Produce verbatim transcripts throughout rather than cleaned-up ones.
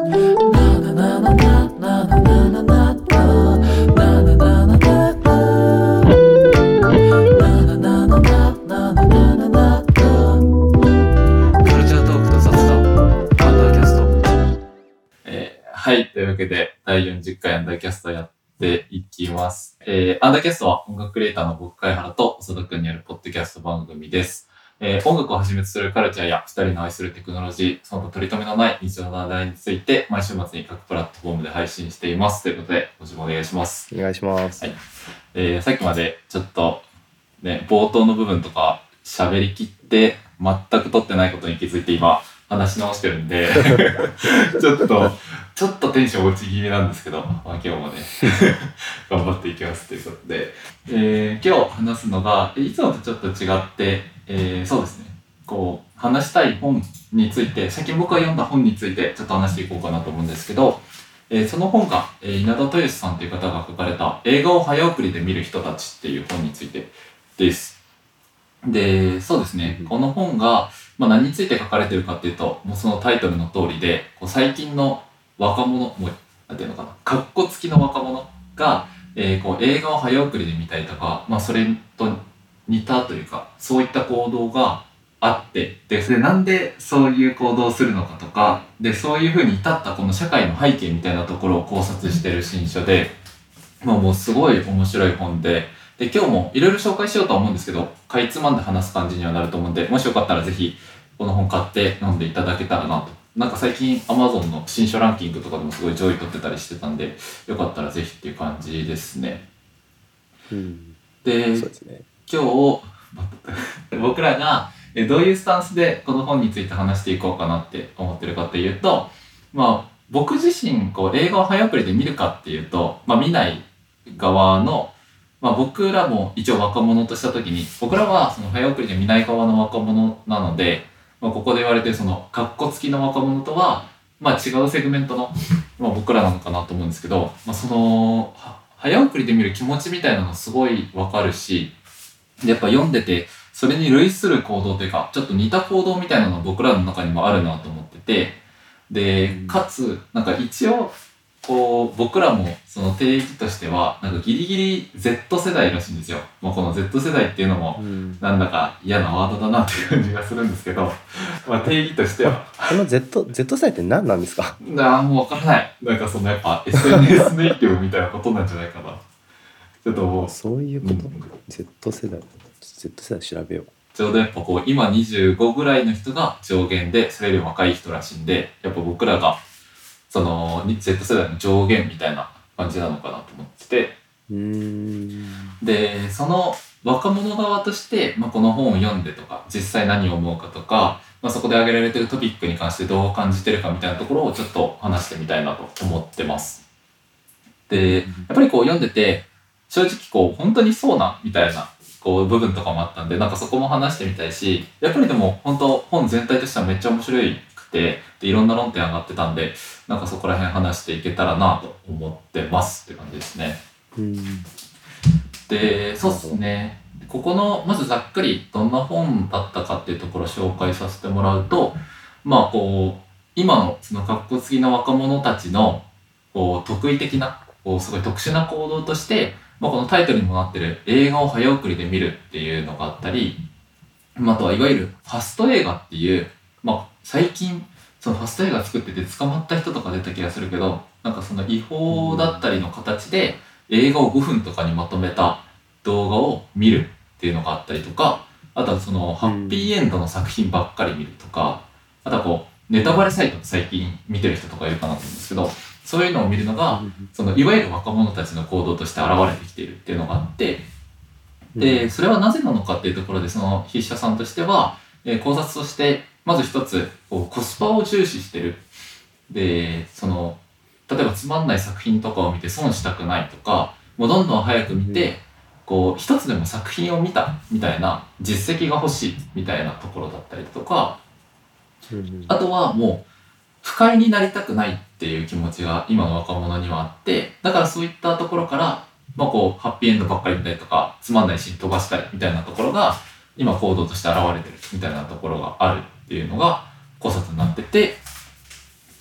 はい。というわけで、だいよんじゅっかいアンダーキャストやっていきます。えー、アンダーキャストは音楽クリエイターの僕、貝原と長田くんによるポッドキャスト番組です。えー、音楽をはじめとするカルチャーやふたりの愛するテクノロジー、その他取り留めのない日常の話題について、毎週末に各プラットフォームで配信しています。ということで、ご視聴お願いします。 お願いします。 はい。えー、さっきまでちょっと、ね、冒頭の部分とか喋り切って、全く撮ってないことに気づいて今、話し直してるんで、ちょっと、ちょっとテンション落ち気味なんですけど、まあ、今日もね、頑張っていきますということで、えー、今日話すのが、いつもとちょっと違って、えー、そうですね、こう、話したい本について、最近僕が読んだ本についてちょっと話していこうかなと思うんですけど、えー、その本が、えー、稲田豊志さんという方が書かれた、映画を早送りで見る人たちっていう本についてです。で、そうですね、この本が、まあ、何について書かれてるかっていうと、もうそのタイトルの通りで、こう最近の若者、もう、なんていうのかな、かっこつきの若者が、えー、こう映画を早送りで見たりとか、まあ、それと似たというか、そういった行動があって、で、それなんでそういう行動をするのかとか、で、そういうふうに至ったこの社会の背景みたいなところを考察してる新書で、まあ、もうすごい面白い本で、で、今日もいろいろ紹介しようとは思うんですけど、かいつまんで話す感じにはなると思うんで、もしよかったらぜひ、この本買って読んでいただけたらなと。なんか最近 Amazon の新書ランキングとかでもすごい上位取ってたりしてたんで、よかったらぜひっていう感じですね。 うん、 で、 そうですね、 今日、僕らがどういうスタンスでこの本について話していこうかなって思ってるかっていうと、まあ、僕自身こう映画を早送りで見るかっていうと、まあ、見ない側の、まあ、僕らも一応若者とした時に、僕らはその早送りで見ない側の若者なので、まあ、ここで言われてるそのカッコつきの若者とは、まあ、違うセグメントの、まあ、僕らなのかなと思うんですけど、まあ、その早送りで見る気持ちみたいなのすごいわかるし、やっぱ読んでてそれに類する行動というか、ちょっと似た行動みたいなの僕らの中にもあるなと思ってて、で、かつなんか一応こう僕らもその定義としてはなんかギリギリ Z 世代らしいんですよ。まあ、この Z 世代っていうのもなんだか嫌なワードだなっていう感じがするんですけど、まあ、定義としてはこの Z, Z 世代って何なんですか？ ああ、もう分からない。なんかそのやっぱ エスエヌエス ネイティブみたいなことなんじゃないかな。ちょっともうそういうこと、うん、Z 世代 Z 世代調べよう。 ちょうどやっぱこう今にじゅうごぐらいの人が上限で、それよりも若い人らしいんで、やっぱ僕らがその Z 世代の上限みたいな感じなのかなと思ってて、 うーんでその若者側として、まあ、この本を読んでとか実際何を思うかとか、まあ、そこで挙げられてるトピックに関してどう感じてるかみたいなところをちょっと話してみたいなと思ってます。でやっぱりこう読んでて正直こう本当にそうなみたいなこう部分とかもあったんで、なんかそこも話してみたいし、やっぱりでも本当本全体としてはめっちゃ面白くて、でいろんな論点上がってたんで、なんかそこら辺話していけたらなと思ってますって感じですね。 うんで、そうですね。ここのまずざっくりどんな本だったかっていうところを紹介させてもらうと、まあこう今のそのカッコつきの若者たちのこう特異的なこうすごい特殊な行動として、まあ、このタイトルにもなってる映画を早送りで見るっていうのがあったり、あとはいわゆるファスト映画っていう、まあ、最近そのファスト映画作ってて捕まった人とか出た気がするけど、なんかその違法だったりの形で映画をごふんとかにまとめた動画を見るっていうのがあったりとか、あとはそのハッピーエンドの作品ばっかり見るとか、あとはこうネタバレサイトって最近見てる人とかいるかなと思うんですけど、そういうのを見るのがそのいわゆる若者たちの行動として現れてきているっていうのがあって、でそれはなぜなのかっていうところで、その筆者さんとしては、えー、考察としてまず一つこうコスパを重視してる。でその例えばつまんない作品とかを見て損したくないとか、もうどんどん早く見てこう一つでも作品を見たみたいな実績が欲しいみたいなところだったりとか、あとはもう不快になりたくないっていう気持ちが今の若者にはあって、だからそういったところから、まあ、こうハッピーエンドばっかり見たりとかつまんないシーン飛ばしたりみたいなところが今行動として現れてるみたいなところがあるっていうのが考察になってて、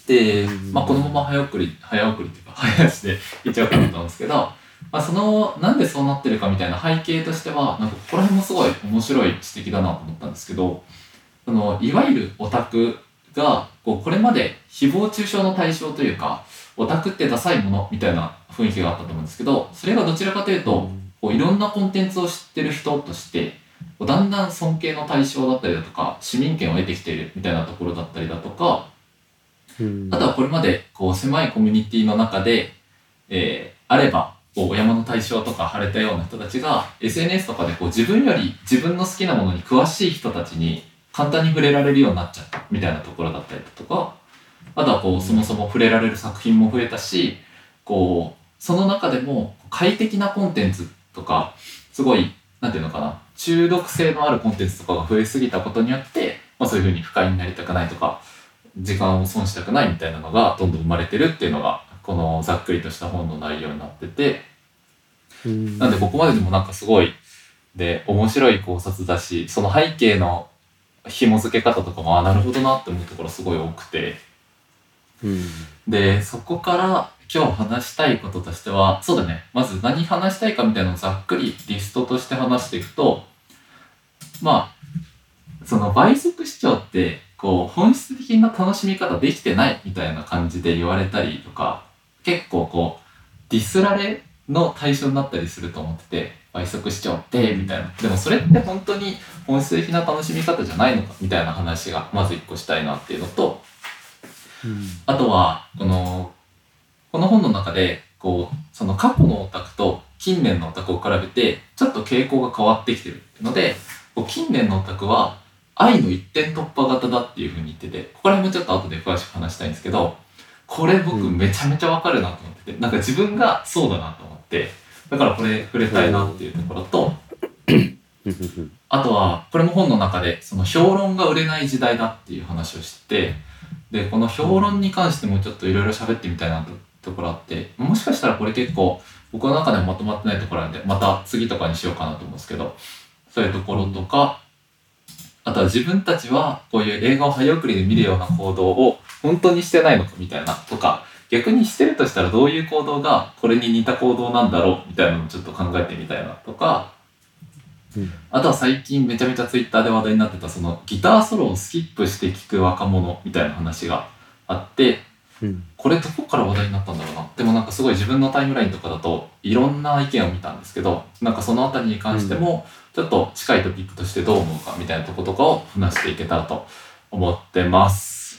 で、 うんまあ、このまま早送り早送りっていうか早足で言っちゃうかなと思うんですけど、まあ、そのなんでそうなってるかみたいな背景としてはなんかここら辺もすごい面白い指摘だなと思ったんですけど、そのいわゆるオタクがこうこれまで誹謗中傷の対象というかオタクってダサいものみたいな雰囲気があったと思うんですけど、それがどちらかというとこういろんなコンテンツを知ってる人としてこうだんだん尊敬の対象だったりだとか市民権を得てきているみたいなところだったりだとか、 うんあとはこれまでこう狭いコミュニティの中で、えーあればこう山の対象とか腫れたような人たちが エスエヌエス とかでこう自分より自分の好きなものに詳しい人たちに簡単に触れられるようになっちゃったみたいなところだったりだとか、あとはこうそもそも触れられる作品も増えたし、こうその中でも快適なコンテンツとかすごいなんていうのかな中毒性のあるコンテンツとかが増えすぎたことによって、まあ、そういう風に不快になりたくないとか時間を損したくないみたいなのがどんどん生まれてるっていうのがこのざっくりとした本の内容になってて、 うんなんでここまででもなんかすごいで面白い考察だし、その背景の紐付け方とかもあなるほどなって思うところすごい多くて、 うんでそこから今日話したいこととしてはそうだね、まず何話したいかみたいなのをざっくりリストとして話していくと、まあその倍速視聴ってこう本質的な楽しみ方できてないみたいな感じで言われたりとか、結構こうディスられの対象になったりすると思ってて、倍速視聴ってみたいな、でもそれって本当に本質的な楽しみ方じゃないのかみたいな話がまず一個したいなっていうのと、あとはこのこの本の中でこうその過去のオタクと近年のオタクを比べてちょっと傾向が変わってきてるっていうので、こう近年のオタクは愛の一点突破型だっていう風に言ってて、ここら辺もちょっと後で詳しく話したいんですけど、これ僕うんめちゃめちゃわかるなと思ってて、なんか自分がそうだなと思って、だからこれ触れたいなっていうところと、あとはこれも本の中でその評論が売れない時代だっていう話をしてて、でこの評論に関してもちょっといろいろ喋ってみたいなとところあって、もしかしたらこれ結構僕の中でもまとまってないところなんでまた次とかにしようかなと思うんですけど、そういうところとか、あとは自分たちはこういう映画を早送りで見るような行動を本当にしてないのかみたいなとか、逆にしてるとしたらどういう行動がこれに似た行動なんだろうみたいなのをちょっと考えてみたいなとか、 うんあとは最近めちゃめちゃツイッターで話題になってたそのギターソロをスキップして聴く若者みたいな話があって、 うんこれどこから話題になったんだろうな。でもなんかすごい自分のタイムラインとかだといろんな意見を見たんですけど、なんかそのあたりに関してもちょっと近いトピックとしてどう思うかみたいなとことかを話していけたらと思ってます。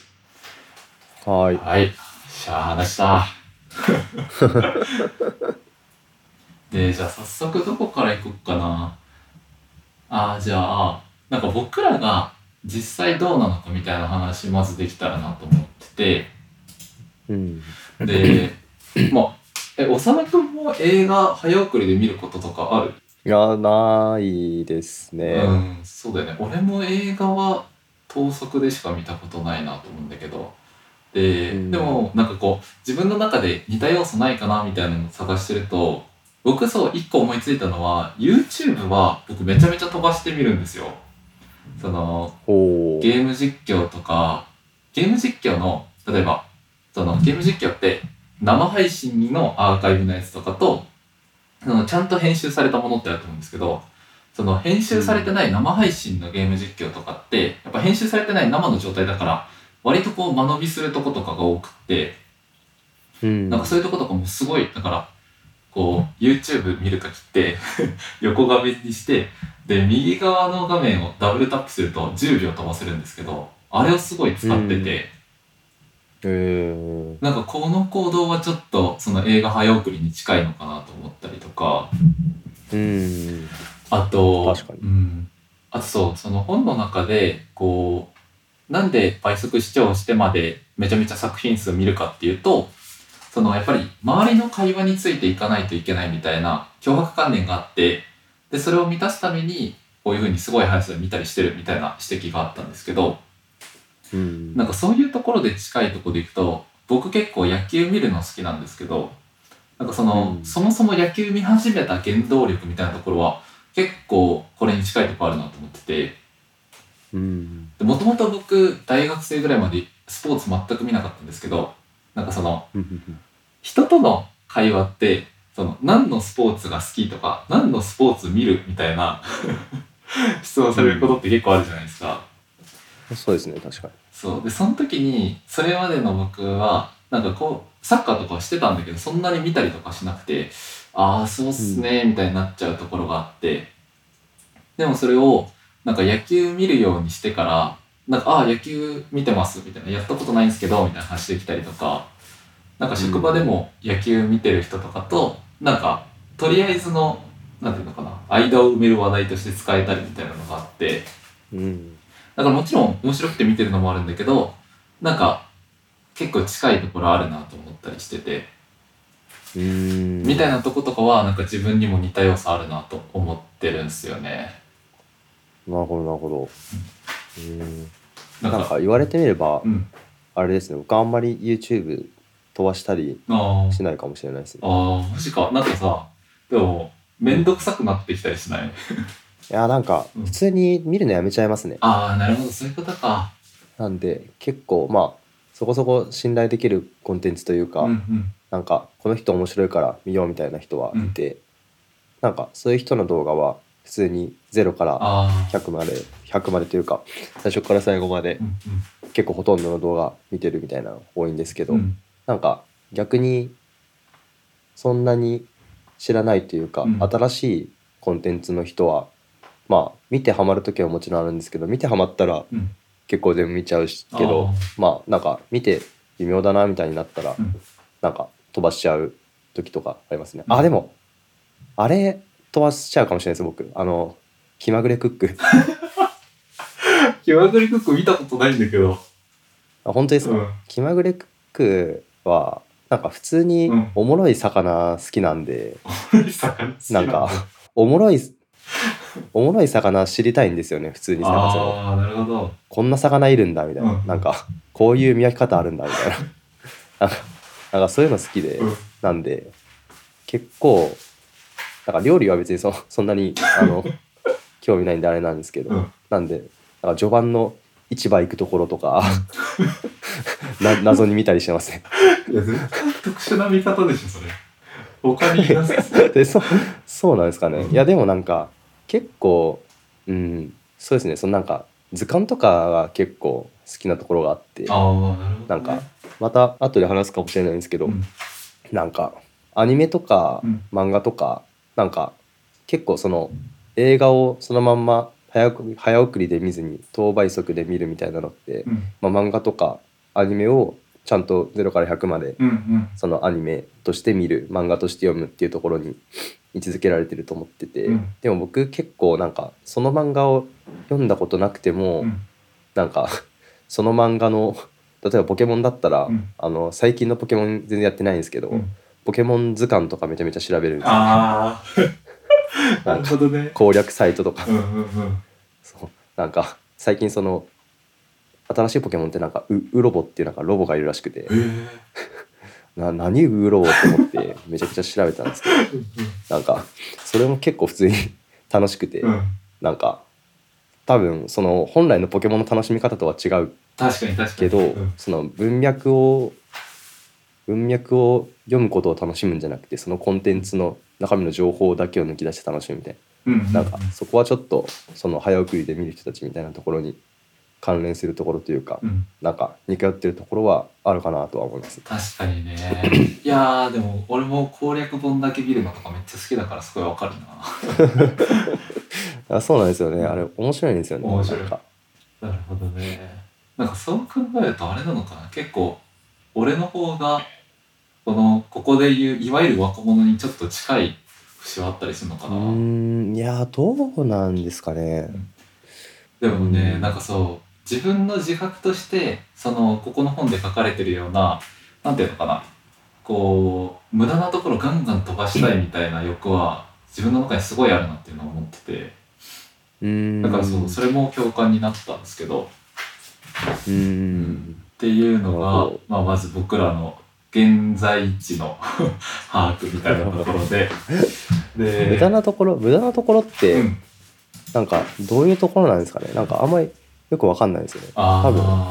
はーい。 はい。しゃあ話したで、じゃあ早速どこから行こっかな。あーじゃあなんか僕らが実際どうなのかみたいな話まずできたらなと思ってて、 うんでまあえ修くんも映画早送りで見ることとかある？ いや、ないですね。 うんそうだよね。俺も映画は等速でしか見たことないなと思うんだけど、で、 うんでもなんかこう自分の中で似た要素ないかなみたいなのを探してると、僕そう一個思いついたのは YouTube は僕めちゃめちゃ飛ばしてみるんですよ。そのおーゲーム実況とか、ゲーム実況の例えばそのゲーム実況って生配信のアーカイブのやつとかとそのちゃんと編集されたものってあると思うんですけど、その編集されてない生配信のゲーム実況とかってやっぱ編集されてない生の状態だから割とこう間延びするとことかが多くって、 うんなんかそういうとことかもすごい、だからこう YouTube 見るときって横画面にしてで右側の画面をダブルタップするとじゅうびょう飛ばせるんですけど、あれをすごい使ってて、 えーなんかこの行動はちょっとその映画早送りに近いのかなと思ったりとか、 うんあと確かにうん、あとそうその本の中でこうなんで倍速視聴してまでめちゃめちゃ作品数見るかっていうと、そのやっぱり周りの会話についていかないといけないみたいな強迫観念があって、でそれを満たすためにこういう風にすごい速さで見たりしてるみたいな指摘があったんですけど、 うんなんかそういうところで近いところでいくと、僕結構野球見るの好きなんですけど、なんかその、 うんそもそも野球見始めた原動力みたいなところは結構これに近いところあるなと思ってて、 うんもともと僕大学生ぐらいまでスポーツ全く見なかったんですけど、なんかそのうんうん人との会話ってその何のスポーツが好きとか何のスポーツ見るみたいな質問されることって結構あるじゃないですか。 うん、そうですね、確かそうでその時にそれまでの僕はなんかこうサッカーとかはしてたんだけどそんなに見たりとかしなくて、ああそうっすねみたいになっちゃうところがあって、でもそれをなんか野球見るようにしてからなんかああ野球見てますみたいな、やったことないんですけどみたいな話できたりとか、なんか職場でも野球見てる人とかとなんかとりあえずのなんていうのかな間を埋める話題として使えたりみたいなのがあって、 に。うん。 だからもちろん面白くて見てるのもあるんだけど、なんか結構近いところあるなと思ったりしてて、 うーん。 みたいなとことかはなんか自分にも似た要素あるなと思ってるんですよね。 なるほどなるほど。うーん。 なんか、 なんか言われてみれば、 うん、 あれですね、僕あんまり YouTube 飛ばしたりあしないかもしれないですね。 あ、ああ、マジか。なんかさ、でもめんどくさくなってきたりしない？ いや、なんかうん普通に見るのやめちゃいますね。 ああ、なるほど、そういうことか。 なんで結構まあそこそこ信頼できるコンテンツというか、 うんうんなんかこの人面白いから見ようみたいな人はいて、なんかそういう人の動画は普通にゼロからああ、 ひゃくまでひゃくまでというか最初から最後までうん結構ほとんどの動画見てるみたいなの多いんですけど、 うんうんなんか逆にそんなに知らないというか、 うん新しいコンテンツの人はまあ見てハマる時はもちろんあるんですけど、見てハマったらうん結構全部見ちゃうしけど、まあなんか見て微妙だなみたいになったら、 うんなんか飛ばしちゃう時とかありますね。 うんあ、でもあれ飛ばしちゃうかもしれないです僕。あの気まぐれクック。 気まぐれクック見たことないんだけど。 あ、本当ですか？ うん気まぐれクックはなんか普通にうんおもろい魚好きなんで、 魚好きなんかおもろいおもろい魚知りたいんですよね。普通になんかそのああ、なるほど。 こんな魚いるんだみたいな、 うんなんかこういう見分け方あるんだみたいななんかなんかそういうの好きで、 うんなんで結構なんか料理は別にそそんなにあの興味ないんであれなんですけど、 うんなんでなんか序盤の市場行くところとかな謎に見たりしてますね。 いや、絶対特殊な見方でしょ、それ。他にいなさそう。 でそそうなんですかね。いやでもなんか結構うんそうですね、そのなんか図鑑とかが結構好きなところがあって、 ああ、なるほど、ね。 なんかまた後で話すかもしれないんですけど、 うんなんかアニメとかうん漫画とかなんか結構その映画をそのまんま早送り早送りで見ずに等倍速で見るみたいなのって、 うんまあ、漫画とかアニメをちゃんとゼロからひゃくまでうんうんそのアニメとして見る、漫画として読むっていうところに位置づけられてると思ってて、 うんでも僕結構なんかその漫画を読んだことなくても、 うんなんかその漫画の例えばポケモンだったら、 うんあの最近のポケモン全然やってないんですけど、 うんポケモン図鑑とかめちゃめちゃ調べるんですよ。 ああ、ななんかるほどね。 攻略サイトとか、 うんうんうん。 そうなんか最近その新しいポケモンってなんかウウロボっていうなんかロボがいるらしくて、 へえ。 な何ウロボって思ってめちゃくちゃ調べたんですけど、なんかそれも結構普通に楽しくて、 うんうん。 なんか多分その本来のポケモンの楽しみ方とは違う確かに確かに。 けど、 うんその文脈を文脈を読むことを楽しむんじゃなくて、そのコンテンツの中身の情報だけを抜き出して楽しむみたいうんうんうん、 な、なんかそこはちょっとその早送りで見る人たちみたいなところに関連するところというか、 うん、 なんか似通ってるところはあるかなとは思います。 確かにね。いやーでも俺も攻略本だけ見るのとかめっちゃ好きだからすごいわかるな。 あ、そうなんですよね。あれ面白いんですよね。 面白いなんかなるほどね。なんかそう考えるとあれなのかな、結構俺の方がこのここでいういわゆる若者にちょっと近い節はあったりするのかうな。 ーん、いやどうなんですかね。 でもね、 うんなんかそう自分の自覚としてそのここの本で書かれてるような、なんていうのかな、こう無駄なところガンガン飛ばしたいみたいな欲は自分の中にすごいあるなっていうのを思ってて、 うーんだからそうそれも共感になったんですけど、 うーんっていうのがなるほど、 まあ、まず僕らの現在地の把握みたいなところでで無駄なところ無駄なところって、 うん、 なんかどういうところなんですかね。なんかあんまりよくわかんないですよね。 あ多分あ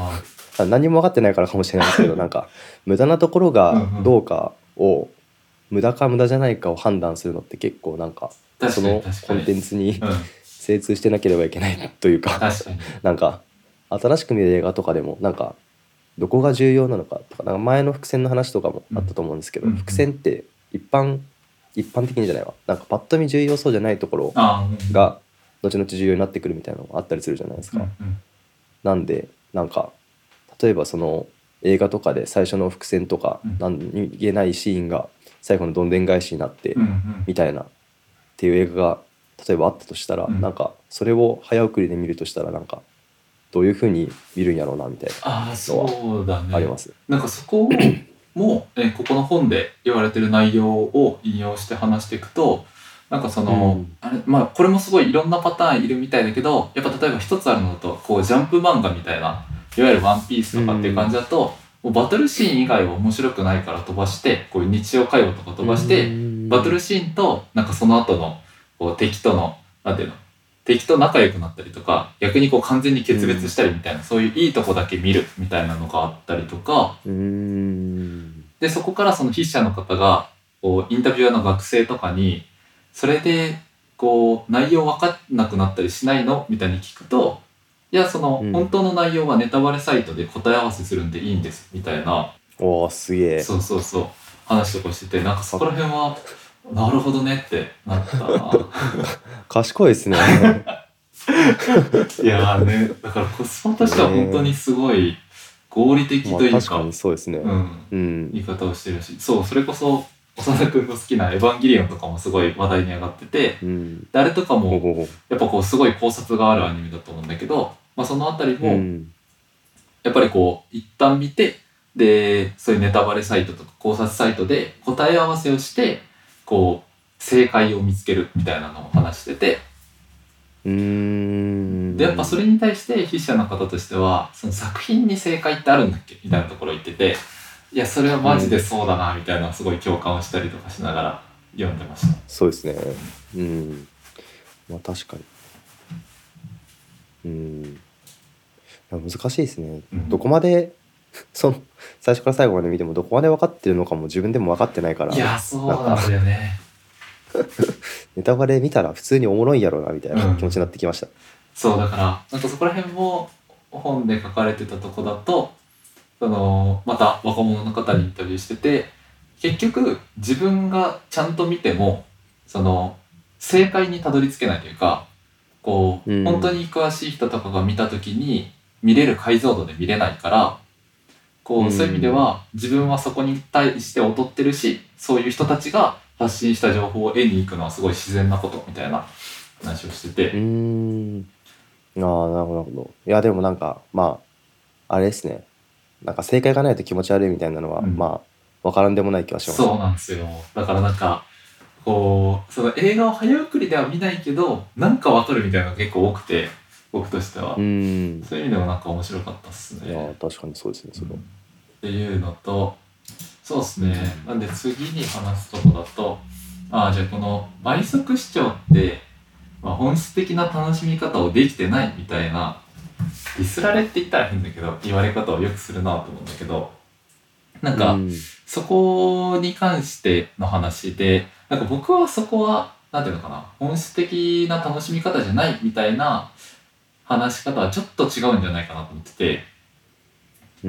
あ何も分かってないからかもしれないですけどなんか無駄なところがどうかを無駄か無駄じゃないかを判断するのって結構なんかそのコンテンツに精通してなければいけないというか確かになんか新しく見る映画とかでもなんかどこが重要なのかとか、なんか前の伏線の話とかもあったと思うんですけど、 うんうん伏線って一般一般的にじゃないわなんかパッと見重要そうじゃないところあー、うんが後々重要になってくるみたいなのがあったりするじゃないですか。 うんうんなんでなんか例えばその映画とかで最初の伏線とかうん何気ないシーンが最後のどんでん返しになってうんうんみたいなっていう映画が例えばあったとしたら、 うんなんかそれを早送りで見るとしたらなんかどういう風に見るんやろうなみたいああそうだねなあります。 なんかそこをもう、えここの本で言われてる内容を引用して話していくとなんかその、 うんあれまあこれもすごいいろんなパターンいるみたいだけどやっぱ例えば一つあるのだとこうジャンプ漫画みたいないわゆるワンピースとかっていう感じだと、もうバトルシーン以外は面白くないから飛ばしてこういう日曜会話とか飛ばしてバトルシーンとなんかその後のこう敵とのなんていうの敵と仲良くなったりとか逆にこう完全に決別したりみたいな、うん、そういういいとこだけ見るみたいなのがあったりとか、 うーんでそこからその筆者の方がこうインタビュアーの学生とかにそれでこう内容分かんなくなったりしないのみたいに聞くといやその、 うん本当の内容はネタバレサイトで答え合わせするんでいいんですみたいなおーすげえそうそうそう話とかしててなんかそこら辺はなるほどねってなったな賢いですねいやーねだからコスパとしては本当にすごい合理的というか、 まあ、確かにそうですね、 うんうん言い方をしてるしそうそれこそ長田君の好きな「エヴァンゲリオン」とかもすごい話題に上がっててうんであれとかもほうほうほうやっぱこうすごい考察があるアニメだと思うんだけど、まあ、そのあたりもうんやっぱりこう一旦見てでそういうネタバレサイトとか考察サイトで答え合わせをしてこう正解を見つけるみたいなのを話しててうーんでやっぱそれに対して筆者の方としてはその作品に正解ってあるんだっけみたいなところを言ってていやそれはマジでそうだなみたいなすごい共感をしたりとかしながら読んでました。 そうですねうんまあ確かにうんいや難しいですね、 うん、 どこまでその最初から最後まで見てもどこまで分かってるのかも自分でも分かってないからいやそうなんだよねネタバレ見たら普通におもろいんやろうなみたいなうん気持ちになってきました、 そうだからなんかそこら辺も本で書かれてたとこだとそのまた若者の方にインタビューしてて結局自分がちゃんと見てもその正解にたどり着けないというかこう、 うん、 本当に詳しい人とかが見た時に見れる解像度で見れないからこう、 うん、 そういう意味では自分はそこに対して劣ってるしそういう人たちが発信した情報を得に行くのはすごい自然なことみたいな話をしててうーんああなるほどなるほどいやでもなんかまああれですねなんか正解がないと気持ち悪いみたいなのは、 うん、 まあ分からんでもない気はします。 そうなんですよだからなんかこうその映画を早送りでは見ないけどなんか分かるみたいなのが結構多くて僕としてはうんそういう意味でもなんか面白かったっすね。 いや確かにそうですねそれ、 うん、っていうのとそうですねなんで次に話すとこだとああじゃあこの倍速視聴って、まあ、本質的な楽しみ方をできてないみたいなディスられって言ったら変だけど言われ方をよくするなと思うんだけどなんか、うん、そこに関しての話でなんか僕はそこはなんていうのかな本質的な楽しみ方じゃないみたいな話し方はちょっと違うんじゃないかなと思ってて、 うん、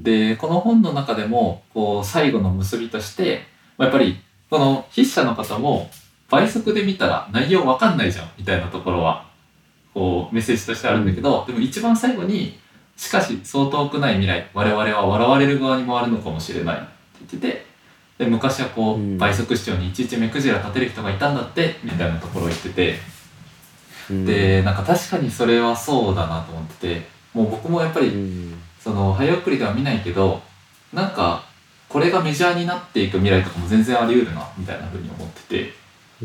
でこの本の中でもこう最後の結びとしてやっぱりこの筆者の方も倍速で見たら内容わかんないじゃんみたいなところはこうメッセージとしてあるんだけど、うん、でも一番最後にしかしそう遠くない未来我々は笑われる側に回るのかもしれないって言っててで昔はこう、うん、倍速視聴にいちいち目くじら立てる人がいたんだってみたいなところを言ってて、うん、でなんか確かにそれはそうだなと思っててもう僕もやっぱり、うん、その早送りでは見ないけどなんかこれがメジャーになっていく未来とかも全然あり得るなみたいな風に思ってて、 うん、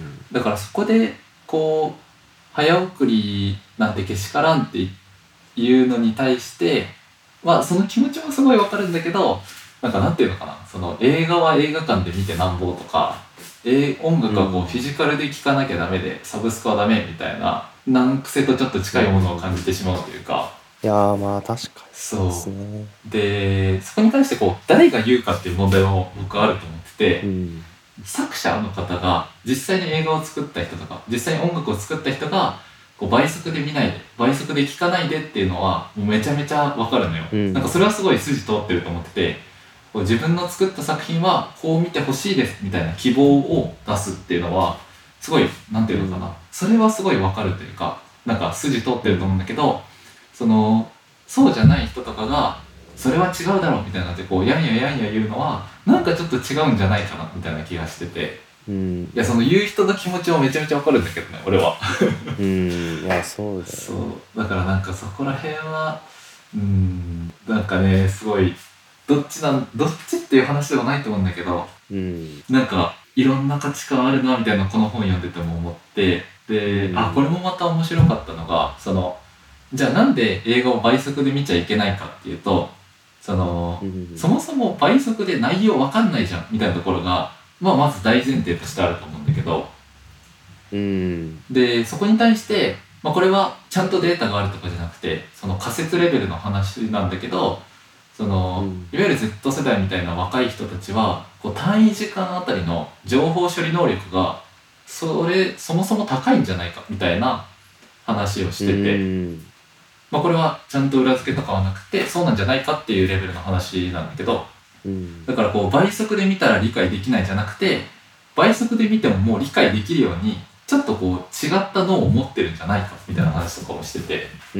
だからそこでこう早送りなんてけしからんっていうのに対してまあその気持ちもすごいわかるんだけどなんかなんていうのかなその映画は映画館で見てなんぼとか音楽はこうフィジカルで聴かなきゃダメでサブスクはダメみたいな難癖とちょっと近いものを感じてしまうというかいやーまあ確かにそうですそね。 う。で、そこに対してこう、誰が言うかっていう問題も僕はあると思ってて、 うん。 作者の方が、実際に映画を作った人とか、実際に音楽を作った人が、こう倍速で見ないで、倍速で聴かないでっていうのは、もうめちゃめちゃわかるのよ。 うんなんかそれはすごい筋通ってると思ってて、こう自分の作った作品はこう見てほしいですみたいな希望を出すっていうのは、すごい、なんていうのかな。 うんそれはすごいわかるというか、なんか筋通ってると思うんだけど、その、そうじゃない人とかが、それは違うだろうみたいなってこう、やんややんや言うのは、なんかちょっと違うんじゃないかなみたいな気がしてて、 うん。 いや、その言う人の気持ちもめちゃめちゃわかるんだけどね、俺は。 うん。いやそうだよそね。 う。だからなんかそこら辺は、うーん、なんかね、すごい、どっちなん、どっちっていう話ではないと思うんだけど、 うん。 なんか、いろんな価値観あるな、みたいなこの本読んでても思って、で、あ、これもまた面白かったのが、その、じゃあなんで映画を倍速で見ちゃいけないかっていうと、その、 うんそもそも倍速で内容わかんないじゃん、みたいなところが、まあまず大前提としてあると思うんだけど、 うん。 で、そこに対して、まあ、これはちゃんとデータがあるとかじゃなくて、その仮説レベルの話なんだけど、その、 うんいわゆる Z 世代みたいな若い人たちは、こう単位時間あたりの情報処理能力が、それ、そもそも高いんじゃないか、みたいな話をしうてて、 ん。 まあ、これはちゃんと裏付けとかはなくて、そうなんじゃないかっていうレベルの話なんだけど、 うん。 だからこう倍速で見たら理解できないじゃなくて、倍速で見てももう理解できるように、ちょっとこう違った脳を持ってるんじゃないかみたいな話とかもしてて、 うん。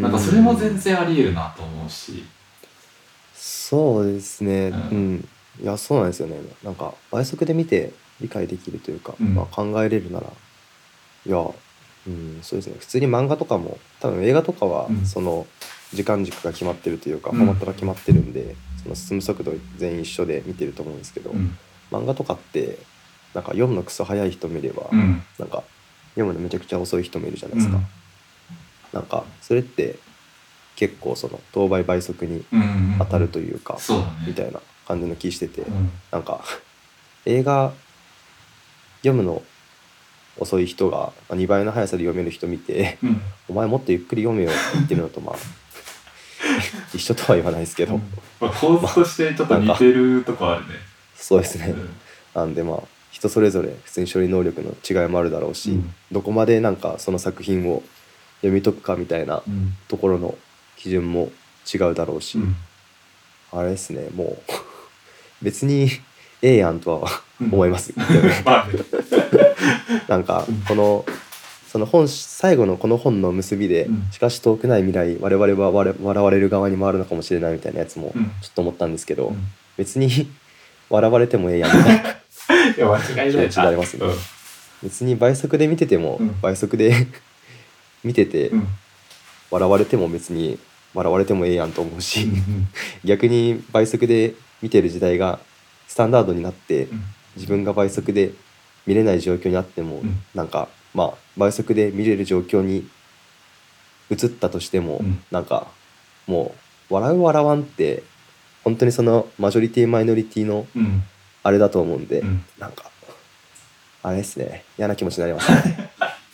なんかそれも全然あり得るなと思うし、 そうですね。 ううんん。いやそうなんですよね。なんか倍速で見て理解できるというか、 うんまあ考えれるなら、いや、うん、そうですね。普通に漫画とかも、多分映画とかはうんその時間軸が決まってるというか、 うんフォーマットが決まってるんで、その進む速度全員一緒で見てると思うんですけど、 うん漫画とかってなんか読むのクソ早い人もいれば、 うんなんか読むのめちゃくちゃ遅い人もいるじゃないですか。 うんなんかそれって結構その等倍倍速にうんうん当たるというか、 そうだね。 みたいな感じの気してて、 うんなんか映画読むの遅い人がまあにばいの速さで読める人見てうんお前もっとゆっくり読めよって言ってるのとまあ一緒とは言わないですけど、 うんまあ、構図としてちょっと似てるとこあるね。 そうですね。 うんなんでまあ人それぞれ普通に処理能力の違いもあるだろうし、 うんどこまでなんかその作品を読み解くかみたいなうんところの基準も違うだろうし、 うんあれですね、もう別にええやんとはうん思います、 まあね。 なんかうんこのその本最後のこの本の結びで、 うんしかし遠くない未来我々は笑笑われる側に回るのかもしれないみたいなやつもうんちょっと思ったんですけど、 うん別に笑われてもええやんみたいないや、間違いない気持ちがありますね。 うん別に倍速で見てても、 うん倍速で見てて、 うん笑われても別に笑われてもええやんと思うし、 うん逆に倍速で見てる時代がスタンダードになって、 うん自分が倍速で見れない状況にあっても、 うんなんかまあ倍速で見れる状況に移ったとしても、 うんなんかもう笑う笑わんって本当にそのマジョリティマイノリティのうんあれだと思うんで、 うんなんかあれですね、嫌な気持ちになりますね。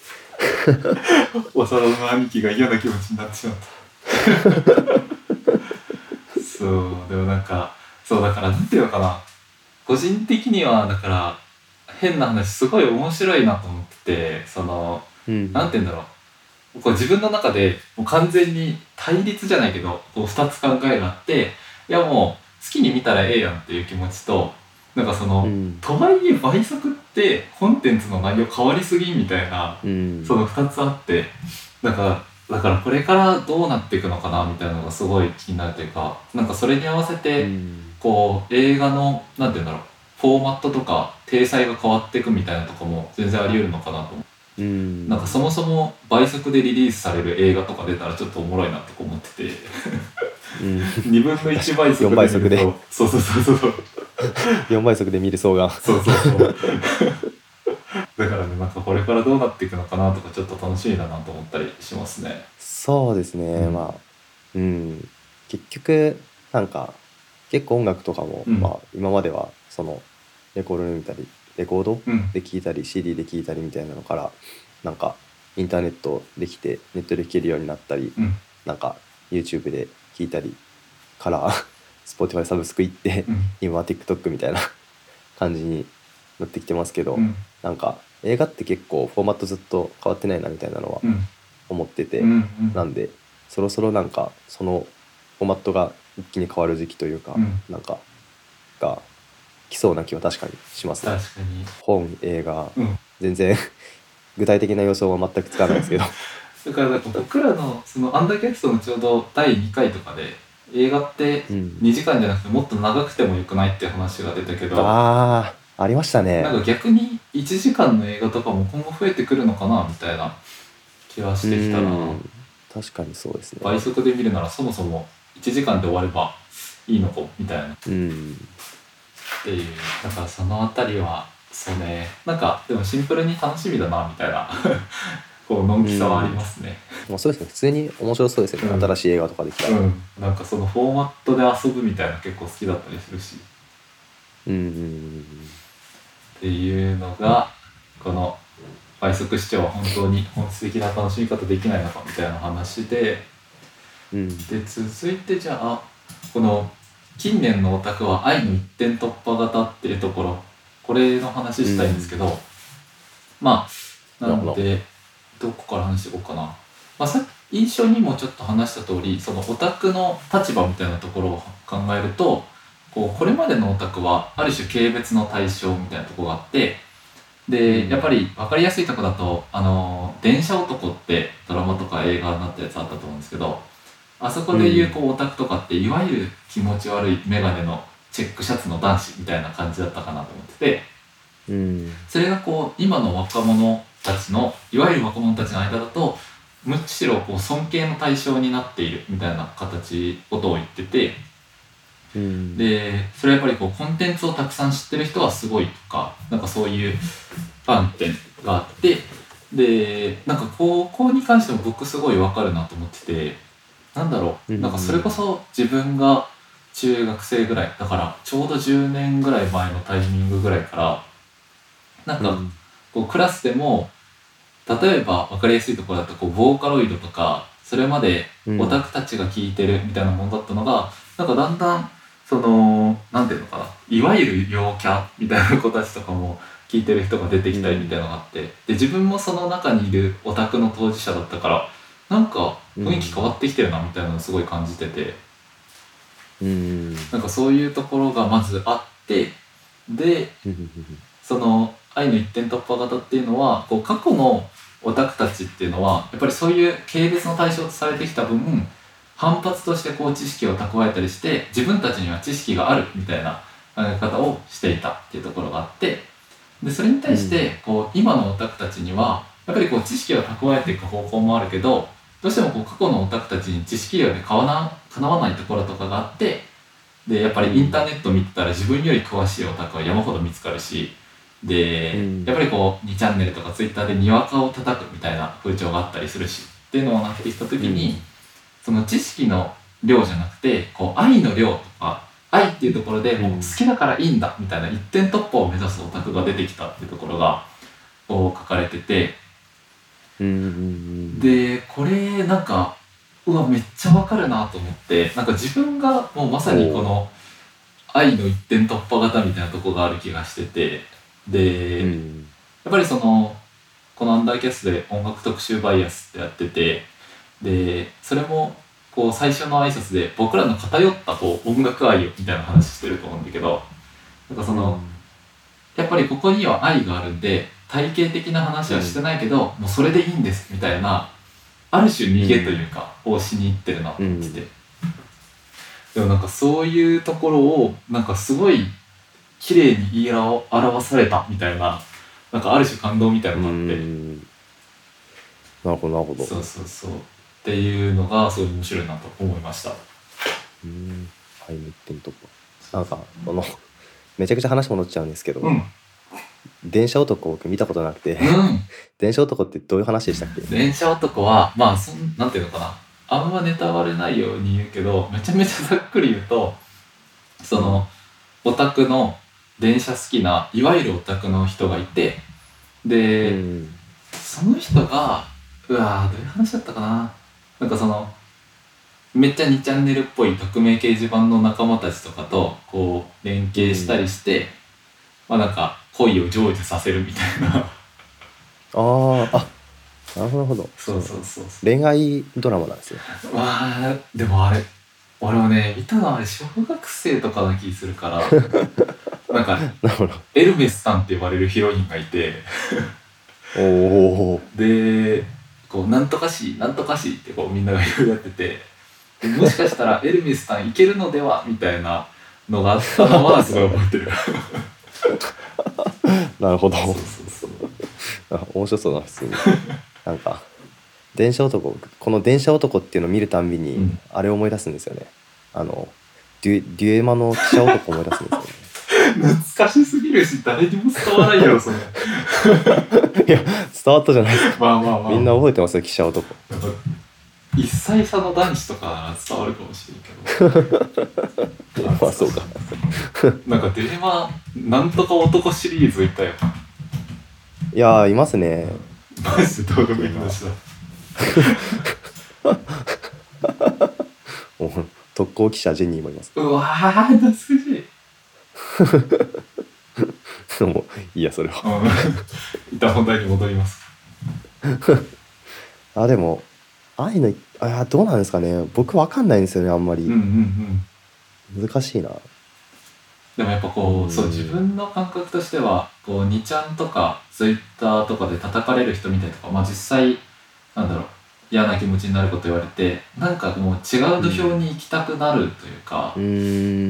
おさらの兄貴が嫌な気持ちになってしまったそうでもなんかそうだからなんていうのかな、個人的にはだから変な話すごい面白いなと思ってて、そのうんなんて言うんだろう、こう自分の中でもう完全に対立じゃないけどこうふたつ考えがあって、いやもう好きに見たらええやんっていう気持ちと、なんかその、 うんとはいえ倍速ってコンテンツの内容変わりすぎみたいな、 うんそのふたつあって、なんかだからこれからどうなっていくのかなみたいなのがすごい気になるというか、なんかそれに合わせて、 うんこう映画のなんて言うんだろう、フォーマットとか体裁が変わっていくみたいなとこも全然あり得るのかなと思う。 うんなんかそもそも倍速でリリースされる映画とか出たらちょっとおもろいなって思っててうんにぶんのいち倍速で見るとよんばい速でそうそうそうそうそうよんばい速で見る層がそうそうそうだからね、なんかこれからどうなっていくのかなとかちょっと楽しみだなと思ったりしますね。 そうですね、 うんまあうん結局なんか結構音楽とかも、 うんまあ今まではそのレコードで見たりレコードうんで聴いたり シーディー で聴いたりみたいなのからなんかインターネットできてネットで聴けるようになったりうんなんか YouTube で聞いたりから Spotify サブスク行ってうん今は TikTok みたいな感じになってきてますけど、 うんなんか映画って結構フォーマットずっと変わってないなみたいなのはうん思ってて、 うんうんなんでそろそろなんかそのフォーマットが一気に変わる時期というか、 うんなんかが来そうな気は確かにしますね。 確かに。 本映画うん全然具体的な予想は全くつかないですけどだからなんか僕らのそのアンダーキャストのちょうどだいにかいとかで映画ってうんにじかんじゃなくてもっと長くてもよくないっていう話が出たけど、 あーありましたね。 なんか逆にいちじかんの映画とかも今後増えてくるのかなみたいな気はしてきたな。 うん確かにそうですね。 倍速で見るならそもそもいちじかんで終わればいいのかみたいなっうんていう、だからそのあたりはそうね、なんかでもシンプルに楽しみだなみたいなこうのんきさはありますね。 まあそうですね、普通に面白そうですよね、 うん新しい映画とかできたら。 うん、なんかそのフォーマットで遊ぶみたいな結構好きだったりするしうんうんっていうのがこの倍速視聴は本当に本質的な楽しみ方できないのかみたいな話で、 うんうんで続いてじゃあこの近年のオタクは愛の一点突破型っていうところ、これの話したいんですけど、まあなのでどこから話していこうかな。まあ、さ印象にもちょっと話した通りそのオタクの立場みたいなところを考えると、こうこれまでのオタクはある種軽蔑の対象みたいなところがあって、で、 うんやっぱり分かりやすいところだと「あの電車男」ってドラマとか映画になったやつあったと思うんですけど、あそこでいうこうオタクとかっていわゆる気持ち悪い眼鏡のチェックシャツの男子みたいな感じだったかなと思ってて、 うんそれがこう今の若者たちのいわゆる若者たちの間だとむしろこう尊敬の対象になっているみたいな形ことを言ってて、 うんでそれはやっぱりこうコンテンツをたくさん知ってる人はすごいとか、なんかそういう観点があって、でなんかここに関しても僕すごい分かるなと思ってて、なんだろう、 うんなんかそれこそ自分が中学生ぐらいだからちょうどじゅうねんぐらい前のタイミングぐらいからなんかこうクラスでも例えば分かりやすいところだとこうボーカロイドとかそれまでオタクたちが聴いてるみたいなものだったのが、なんかだんだんそのなんていうのかないわゆる陽キャみたいな子たちとかも聴いてる人が出てきたりみたいなのがあって、で自分もその中にいるオタクの当事者だったからなんか雰囲気変わってきてるなみたいなのをすごい感じてて、 うんなんかそういうところがまずあって、でその愛の一点突破型っていうのはこう過去のオタクたちっていうのはやっぱりそういう軽蔑の対象とされてきた分反発としてこう知識を蓄えたりして自分たちには知識があるみたいな考え方をしていたっていうところがあって、でそれに対してこう今のオタクたちにはやっぱりこう知識を蓄えていく方法もあるけど、どうしてもこう過去のオタクたちに知識量でかなわないところとかがあって、でやっぱりインターネット見てたら自分より詳しいオタクは山ほど見つかるし、で、うん、やっぱりこうにチャンネルとかツイッターでにわかを叩くみたいな風潮があったりするしっていうのをなってきた時に、うん、その知識の量じゃなくてこう愛の量とか愛っていうところでもう好きだからいいんだみたいな一点突破を目指すオタクが出てきたっていうところがこう書かれてて、 うん、 でこれなんかうわめっちゃわかるなと思って、なんか自分がもうまさにこの愛の一点突破型みたいなところがある気がしてて、で、うん、やっぱりそのこのアンダーキャストで音楽特集バイアスってやってて、でそれもこう最初の挨拶で僕らの偏ったこう音楽愛をみたいな話してると思うんだけど、なんかその、うん、やっぱりここには愛があるんで体系的な話はしてないけど、うん、もうそれでいいんですみたいなある種逃げというか、うん、をしに行ってるなと思ってて、うん、でもなんかそういうところをなんかすごい綺麗に言い表されたみたいな、なんかある種感動みたいなのがあって、 なるほどなるほど、 そうそうそうっていうのがすごい面白いなと思いました。 うん、愛の一点突破、なんかこのめちゃくちゃ話戻っちゃうんですけど、うん、電車男僕見たことなくて、うん、電車男ってどういう話でしたっけ？ 電車男はまあそんなんていうのかな、あんまネタバレないように言うけどめちゃめちゃざっくり言うと、そのオタクの電車好きないわゆるオタクの人がいて、で、うん、その人がうわーどういう話だったかな、なんかそのめっちゃにチャンネルっぽい匿名掲示板の仲間たちとかとこう連携したりして、うん、まあなんか恋を成就させるみたいなあああなるほど。 そうそうそうそう。 恋愛ドラマなんですよ。 わあでもあれ俺もね見たのは小学生とかな気するからなんかエルメスさんって呼ばれるヒロインがいておおでこうなんとかしなんとかしってこうみんながいろいろやっててもしかしたらエルメスさんいけるのではみたいなのがあったのはすごい覚えてるなるほど。 そうそうそうあ面白そうだ普通になんか電車男この電車男っていうのを見るたんびに、うん、あれを思い出すんですよね。あのデュデュエマの汽車男を思い出すんですよね懐かしすぎるし誰にも伝わらないやろそれいや伝わったじゃないですか。まあまあまあみんな覚えてますよ汽車男。 いっさい差の男子とかなら伝わるかもしれんけどまあそうかなんかデュエマなんとか男シリーズいたよ。 いやいますね。 マジでどうでもいい話だ特攻記者ジェニーもいます。 うわー懐かしいもういいやそれは一旦本題に戻りますあでもああいうのあどうなんですかね。僕わかんないんですよねあんまり、うんうんうん、難しいな。 でもやっぱこう、うん、そう自分の感覚としてはこうにちゃんとかツイッターとかで叩かれる人みたいとかまあ実際なんだろう嫌な気持ちになること言われてなんかもう違う土俵に行きたくなるというか、うん、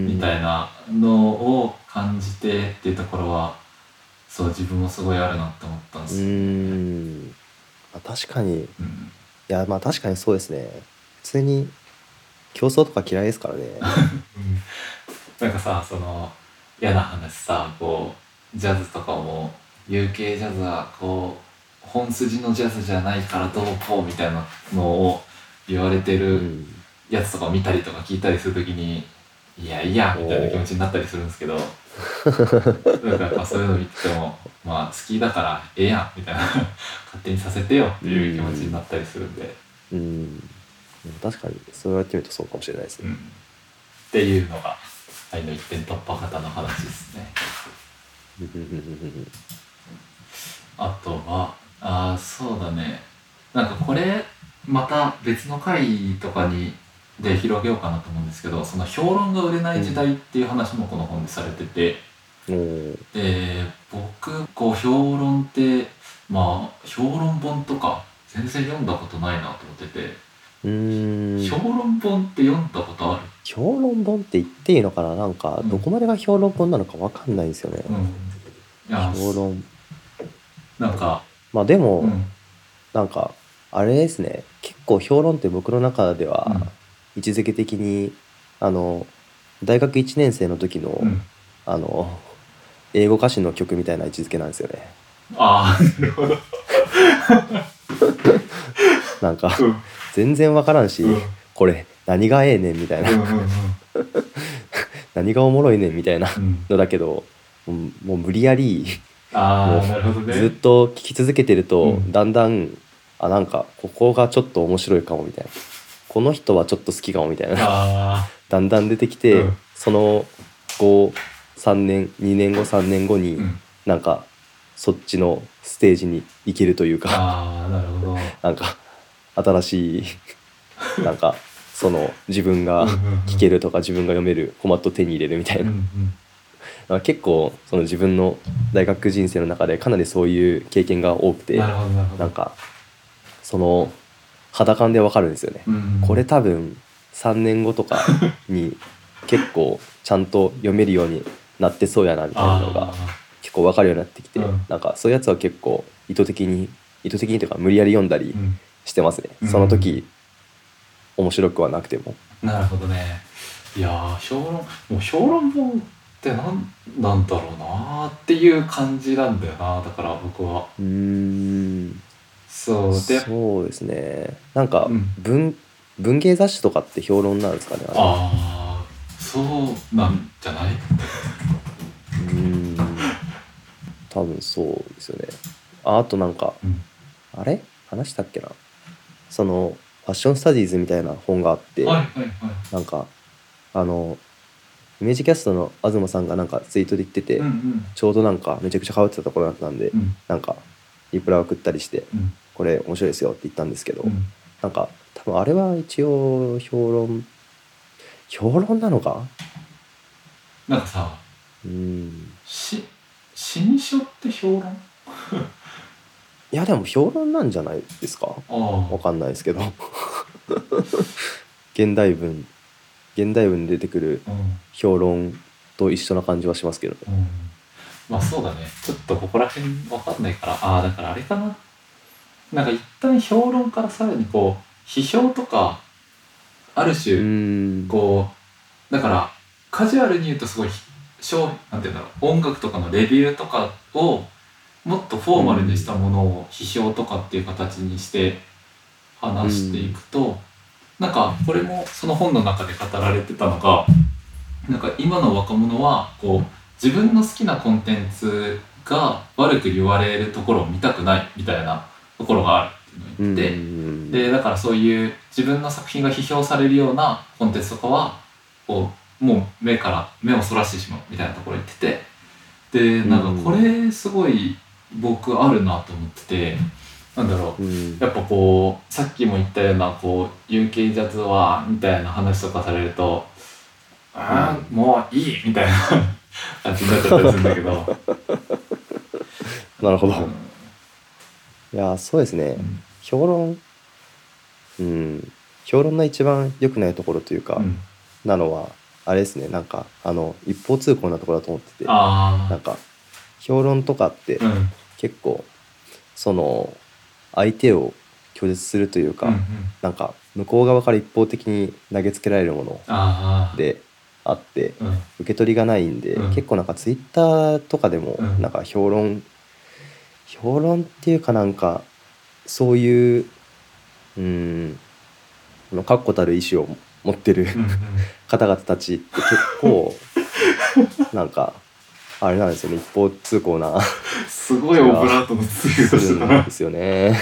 みたいなのを感じてっていうところはそう自分もすごいあるなって思ったんですよ、ね、うん確かに、うん、いやまあ確かにそうですね。普通に競争とか嫌いですからね、うん、 なんかさその嫌な話さこうジャズとかも ユーケー ジャズはこう本筋のジャズじゃないからどうこうみたいなのを言われてるやつとか見たりとか聞いたりするときにいやいやみたいな気持ちになったりするんですけどなんかやっぱそういうの見ててもまあ好きだからええやんみたいな勝手にさせてよっていう気持ちになったりするんでうん、うん、確かにそう言われてみるとそうかもしれないですね、うん、 っていうのが愛の一点突破型の話ですねあとはあそうだねなんかこれまた別の回とかにで広げようかなと思うんですけどその評論が売れない時代っていう話もこの本でされてて、うん、で僕こう評論ってまあ評論本とか全然読んだことないなと思っててうーん評論本って読んだことある？ 評論本って言っていいのかな。なんかどこまでが評論本なのかわかんないんですよね、うん、いや評論なんかまあでも、うん、なんかあれですね結構評論って僕の中では位置づけ的に、うん、あの大学いちねん生の時の、うん、あの英語歌詞の曲みたいな位置づけなんですよね。 ああなるほどなんか、うん、全然わからんし、うん、これ何がええねんみたいな、うんうんうん、何がおもろいねんみたいなのだけど、もう、もう無理やりあなるほど、ね、 ずっと聞き続けてると、うん、だんだんあなんかここがちょっと面白いかもみたいなこの人はちょっと好きかもみたいなだんだん出てきて、うん、その後さんねんにねんごさんねんごに、うん、なんかそっちのステージに行けるというかあなるほどなんか新しいなんかその自分が聞けるとか自分が読めるフォーマットを手に入れるみたいな、うんうん、結構その自分の大学人生の中でかなりそういう経験が多くて な, なんかその肌感でわかるんですよね、うんうん、これ多分さんねんごとかに結構ちゃんと読めるようになってそうやなみたいなのが結構わかるようになってきて、うん、なんかそういうやつは結構意図的に意図的にというか無理やり読んだりしてますね、うん、その時面白くはなくても。 なるほどね。いや評論もう評論本ってなんなんだろうなっていう感じなんだよな。だから僕はうーんそうでそうですね。なんか文、うん、文芸雑誌とかって評論なんですかね。あれああそうなんじゃない？うーん多分そうですよね。ああとなんか、うん、あれ話したっけな。そのファッションスタディーズみたいな本があって、 はいはいはい。 なんかあのイメージキャストの東さんがなんかツイートで言ってて、 うんうん、 ちょうどなんかめちゃくちゃ通ってたところだったんで、 うん、 なんかリプライ送ったりして、 うん、 これ面白いですよって言ったんですけど、 うん。 なんか多分あれは一応評論評論なのか。 なんかさ、 うーんし新書って評論？ いやでも評論なんじゃないですか。 ああ、 わかんないですけど現代文現代文に出てくるうん、 評論と一緒な感じはしますけど。 うん。まあそうだね。ちょっとここら辺わかんないから、ああ、だからあれかな。なんか一旦評論からさらにこう、批評とか、あるう種、 ーんこう、だから、カジュアルに言うとすごい、商なんていうんだろう、音楽とかのレビューとかを、もっとフォーマルにしたものを批評とかっていう形にして話していくと、なんかこれもその本の中で語られてたのが、なんか今の若者はこう自分の好きなコンテンツが悪く言われるところを見たくないみたいなところがあるっていうのを言って、でだからそういう自分の作品が批評されるようなコンテンツとかはこうもう目から目をそらしてしまうみたいなところを言ってて、でなんかこれすごい僕あるなと思ってて、なんだろう、やっぱこうさっきも言ったようなこう ユーケー ジャズはみたいな話とかされると、ああもういいみたいな感じになっちゃったりするんだけどなるほど、 うん、 いやそうですね、 うん、 評論うん評論の一番良くないところというか、 うん、 なのはあれですね、なんかあの一方通行なところだと思ってて、 あなんか評論とかってあ、うん、 結構その相手を拒絶するというか、 うんうん、 なんか向こう側から一方的に投げつけられるものあであってあ、うん、 受け取りがないんで、 うん、 結構なんかツイッターとかでもうん、 なんか評論評論っていうかなんかそういううーんこの確固たる意志を持ってるうん、うん、 方々たちって結構なんかあれなんですよね、一方通行なすごいオブラートのつゆするとしてたな。 んですよね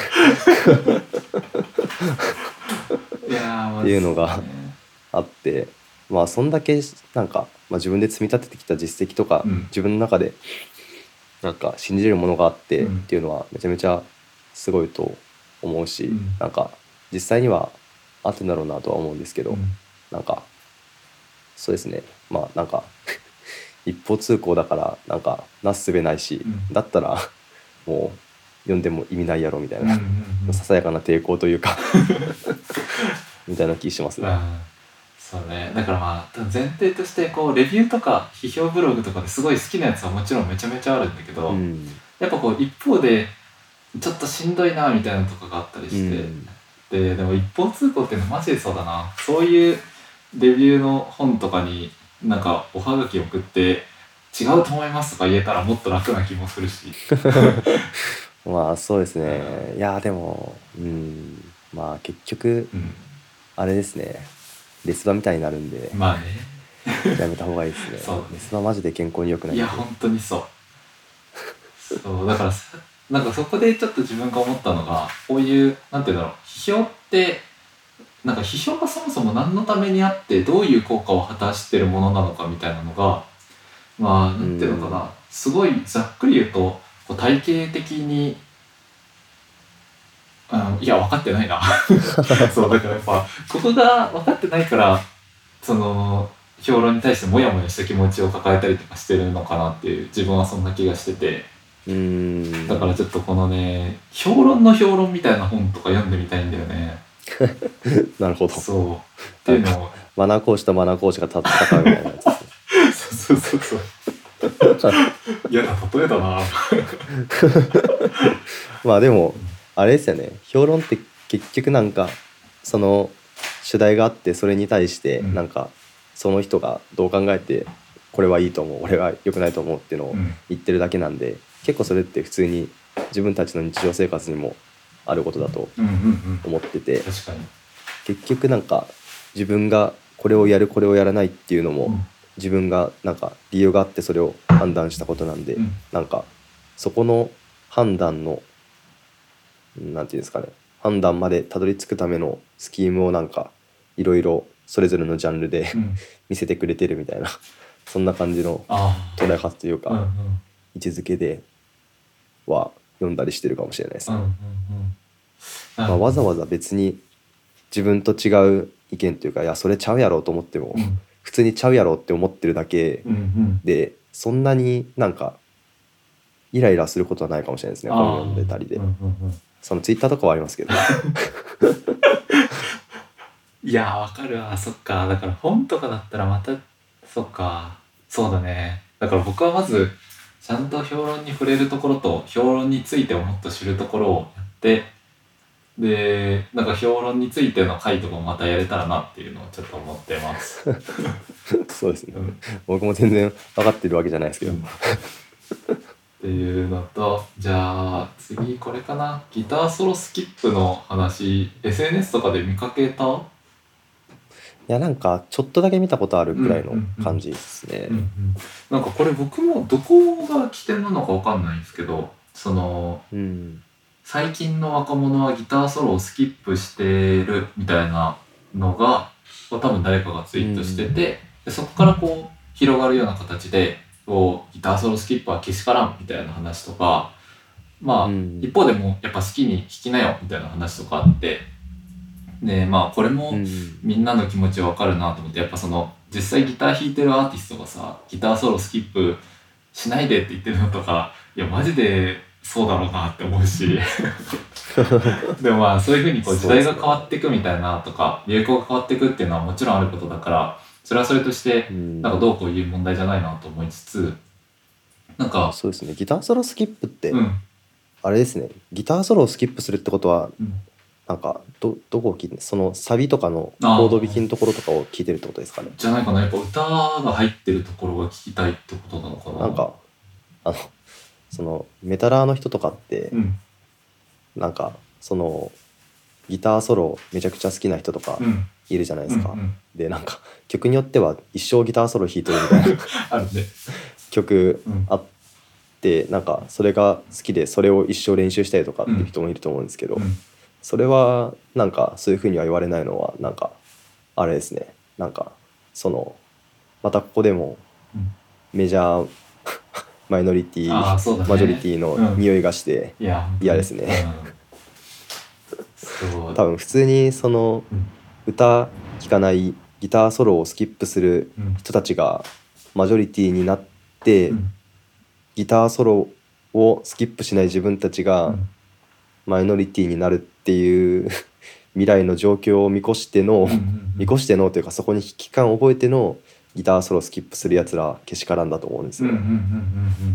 いやー、まっていうのあそうがね。 あって、まあそんだけなんか、まあ、自分で積み立ててきた実績とか、 うん、 自分の中でなんか信じれるものがあってっうん、 ていうのはめちゃめちゃすごいと思うし、 うん、 なんか実際には合ってんだろうなとは思うんですけど、 うん、 なんかそうですね、まあなんか一方通行だからなんかなすすべないし、 うん、 だったらもう読んでも意味ないやろみたいうん、うな、 ん、 ささやかな抵抗というかみたいな気しますね。 うん、そうね。だからまあ前提としてこうレビューとか批評ブログとかですごい好きなやつはもちろんめちゃめちゃあるんだけうど、 ん、 やっぱこう一方でちょっとしんどいなみたいなとかがあったりうして、 ん、 ででも一方通行っていうのはマジでそうだな。そういうレビューの本とかになんかおはがき送って違うと思いますとか言えたらもっと楽な気もするし。 まあそうですうね、いやでもうんまあ結局ん、 あれですね、レスバみたいになるんでうん、まあね。 やめた方がいいですね。 そうね。 レスバマジで健康に良くないんで。 いや本当にそう。そうだからさなんかそこでちょっと自分が思ったのがこういうなんていうんだろう批評ってなんか批評がそもそも何のためにあってどういう効果を果たしてるものなのかみたいなのがまあうなんていうのかんなすごいざっくり言うとこう体系的にあいや分かってないなそうだからやっぱここが分かってないからその評論に対してモヤモヤした気持ちを抱えたりとかしてるのかなっていう自分はそんな気がしてて、 うんだからちょっとこのね評論の評論みたいな本とか読んでみたいんだよね。 なるほど。 そうっていうのをマナー講師とマナー講師が戦うみたいなやつですね。 そうそうそうそう嫌な例えだなまあでもあれですよね、評論って結局なんかその主題があってそれに対してうんなんかその人がどう考えてこれはいいと思う俺は良くないと思うっていうのをうん言ってるだけなんで、結構それって普通に自分たちの日常生活にもあることだとうんうんうん思ってて、 確かに結局なんか自分がこれをやるこれをやらないっていうのもうん自分がなんか理由があってそれを判断したことなんで、 うんなんかそこの判断のなんていうんですかね、 判断までたどり着くためのスキームをなんかいろいろそれぞれのジャンルで、うん、見せてくれてるみたいなそんな感じの捉え方というか、うんうん、位置づけでは読んだりしてるかもしれないですね。うんうんうんまあ、わざわざ別に自分と違う意見というかいやそれちゃうやろうと思っても、うん、普通にちゃうやろうって思ってるだけで、うんうん、そんなになんかイライラすることはないかもしれないですね本読んでたりで、うんうんうん、そのツイッターとかはありますけどいやわかるわそっかだから本とかだったらまたそっかそうだねだから僕はまずちゃんと評論に触れるところと評論についてをもっと知るところをやってでなんか評論についての回とかもまたやれたらなっていうのをちょっと思ってますそうですね、うん、僕も全然分かってるわけじゃないですけど、うん、 っていうのとじゃあ次これかなギターソロスキップの話 エスエヌエス とかで見かけた？いやなんかちょっとだけ見たことあるくらいの感じですね。 なんかこれ僕もどこが起点なのか分かんないんですけどその、うん、最近の若者はギターソロをスキップしてるみたいなのが多分誰かがツイートしてて、うん、でそこからこう広がるような形でこうギターソロスキップはけしからんみたいな話とかまあ、うん、一方でもやっぱ好きに弾きなよみたいな話とかあってでまあこれもみんなの気持ちわかるなと思ってやっぱその実際ギター弾いてるアーティストがさギターソロスキップしないでって言ってるのとかいやマジでそうだろうなって思うしでもまあそういうふうにこう時代が変わっていくみたいなとか流行が変わっていくっていうのはもちろんあることだからそれはそれとしてなんかどうこういう問題じゃないなと思いつつなんかそうですねギターソロスキップって、うん、あれですねギターソロをスキップするってことは、うん、なんか ど, どこを聞いてそのサビとかのコード弾きのところとかを聞いてるってことですかねじゃないかなやっぱ歌が入ってるところが聞きたいってことなのかななんかあのそのメタラーの人とかって、うん、なんかそのギターソロめちゃくちゃ好きな人とかいるじゃないですか、うんうんうん、でなんか曲によっては一生ギターソロ弾いてるみたいなある、ね、 曲あって、うん、なんかそれが好きでそれを一生練習したりとかっていう人もいると思うんですけど、うん、それはなんかそういうふうには言われないのはなんかあれですねなんかそのまたここでもメジャーマイノリティ、ね、マジョリティの匂いがして嫌ですね、うん、多分普通にその歌聴かないギターソロをスキップする人たちがマジョリティになって、うん、ギターソロをスキップしない自分たちがマイノリティになるっていう未来の状況を見越しての、うんうんうん、見越してのというかそこに危機感を覚えてのギターソロスキップするやつらけしからんだと思うんですよ、うんうんうんうん、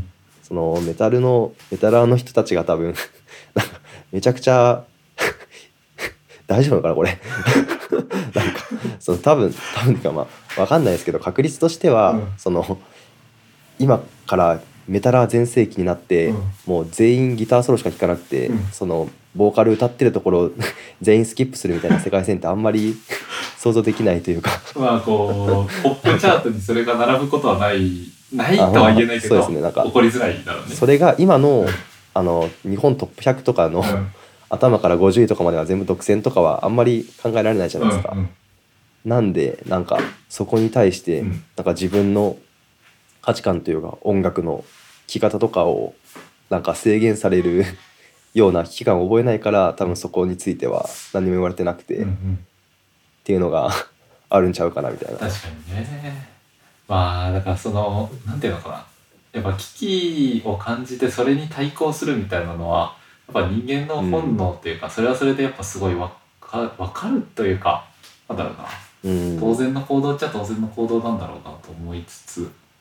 そのメタルのメタラーの人たちが多分なんかめちゃくちゃ大丈夫なのかなこれなんかその多分多分っていうかまあ分かんないですけど確率としては、うん、その今からメタラー全盛期になって、うん、もう全員ギターソロしか弾かなくて、うん、そのボーカル歌ってるところ全員スキップするみたいな世界線ってあんまり想像できないというかまあこうポップチャートにそれが並ぶことはないないとは言えないけど、そうですね、なんか起こりづらいだろうね。 それが今の、あの日本トップひゃくとかの、うん、頭からごじゅういとかまでは全部独占とかはあんまり考えられないじゃないですか、うんうん、なんでなんかそこに対して、うん、なんか自分の価値観というか音楽の聴き方とかをなんか制限されるような危機感を覚えないから多分そこについては何も言われてなくて、うんうん、っていうのがあるんちゃうかなみたいな。 確かにね。まあだからそのなんていうのかな、やっぱ危機を感じてそれに対抗するみたいなのはやっぱ人間の本能っていうか、うん、それはそれでやっぱすごいわか、わかるというかなんだろうな、うん、当然の行動っちゃ当然の行動なんだろうなと思いつつ、うん、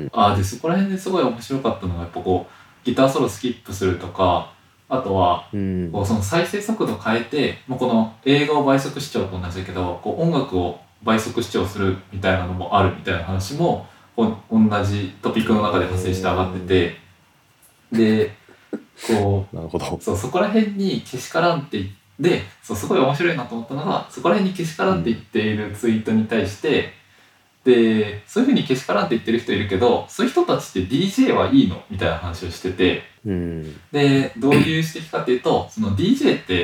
あでそこら辺ですごい面白かったのがやっぱこうギターソロスキップするとか、あとは、うん、こうその再生速度変えてもうこの映画を倍速視聴と同じだけどこう音楽を倍速視聴するみたいなのもあるみたいな話もこう同じトピックの中で発生して上がってて、でこうなるほど、 そうそこら辺にけしからんってでそうすごい面白いなと思ったのがそこら辺にけしからんって言っているツイートに対して、うん、でそういう風にけしからんって言ってる人いるけどそういう人たちって ディージェー はいいのみたいな話をしてて、うん、でどういう指摘かっていうとその ディージェー って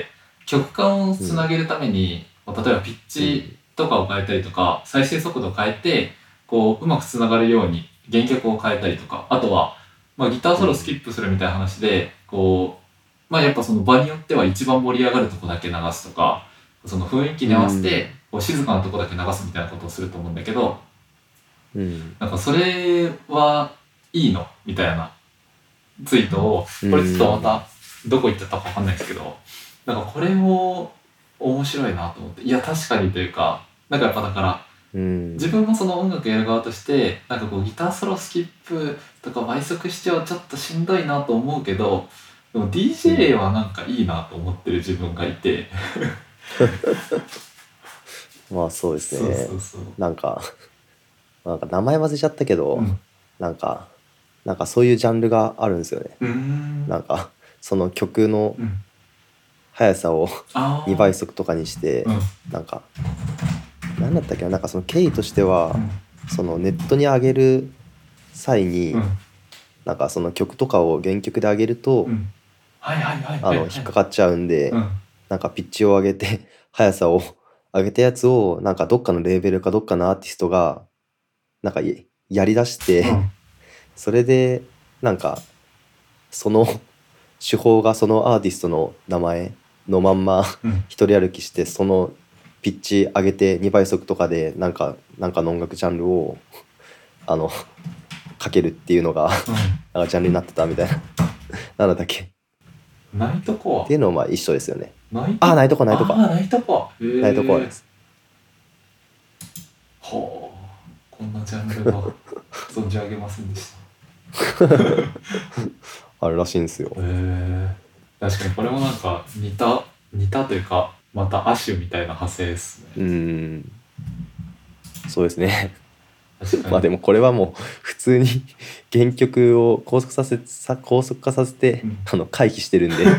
曲間をつなげるために、うん、例えばピッチとかを変えたりとか、再生速度を変えてこううまくつながるように原曲を変えたりとか、あとは、まあ、ギターソロスキップするみたいな話で、こう、まあ、やっぱその場によっては一番盛り上がるとこだけ流すとか、その雰囲気に合わせてこう静かなとこだけ流すみたいなことをすると思うんだけど、うん、なんかそれはいいのみたいなツイートを、これちょっとまたどこ行っちゃったか分かんないですけど、なんかこれも面白いなと思って、いや確かにというか、なんかやっぱだから、うん、自分もその音楽やる側としてなんかこうギターソロスキップとか倍速視聴ちょっとしんどいなと思うけど、でも ディージェー はなんかいいなと思ってる自分がいてまあそうですね。 そうそうそう、 なんかなんか名前忘れちゃったけど、うん、なんかなんかそういうジャンルがあるんですよね。 うーん、 なんかその曲の速さをにばい速とかにして、うん、なんか何だったっけな、なんかその経緯としては、うん、そのネットに上げる際に、うん、なんかその曲とかを原曲で上げると引っかかっちゃうんで、うん、なんかピッチを上げて速さを上げたやつをなんかどっかのレーベルかどっかのアーティストがなんかやりだして、うん、それでなんかその手法がそのアーティストの名前のまんま一人歩きして、そのピッチ上げてにばい速とかでなんかなんかの音楽ジャンルをあのかけるっていうのが、うん、なんかジャンルになってたみたいななんだっけ、 ナイトコアっていうのはまあ一緒ですよね。 ナイトあナイトコアナイトコアあナイトコアナイトコアです。 はあ、こんなジャンルが存じ上げませんでしたあるらしいんですよ。 へえ、確かにこれもなんか似た似たというかまた亜種みたいな派生ですね。 うん、そうですねまあでもこれはもう普通に原曲を高速させさ高速化させて、うん、あの回帰してるんで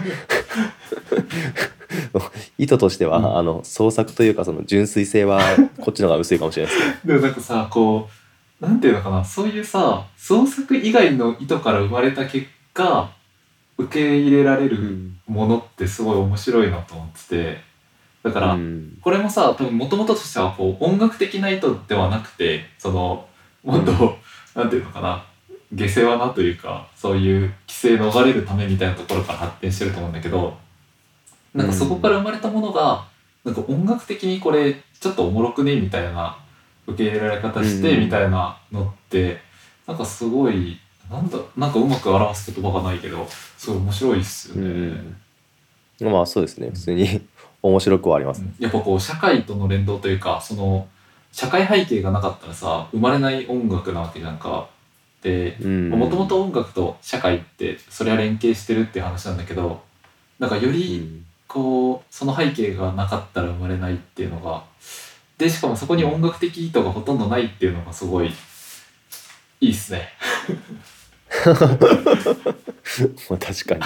意図としては、うん、あの創作というかその純粋性はこっちの方が薄いかもしれないですね。 でもなんかさ、こうなんていうのかな、そういうさ創作以外の意図から生まれた結果受け入れられるものってすごい面白いなと思ってて、だから、うん、これもさ多分もともととしてはこう音楽的な意図ではなくて、そのもっと、うん、なんていうのかな、下世話なというかそういう規制逃れるためみたいなところから発展してると思うんだけど、なんかそこから生まれたものがなんか音楽的にこれちょっとおもろくねみたいな受け入れられ方してみたいなのってなんかすごいなんだなんかうまく表す言葉がないけどすごい面白いっすよね。 うん、まあそうですね、普通に面白くはあります、ね、 やっぱこう社会との連動というかその社会背景がなかったらさ生まれない音楽なわけじゃんか。でもともと音楽と社会ってそれは連携してるっていう話なんだけど、なんかよりこうその背景がなかったら生まれないっていうのがで、しかもそこに音楽的意図がほとんどないっていうのがすごいいいっすねまあ確かに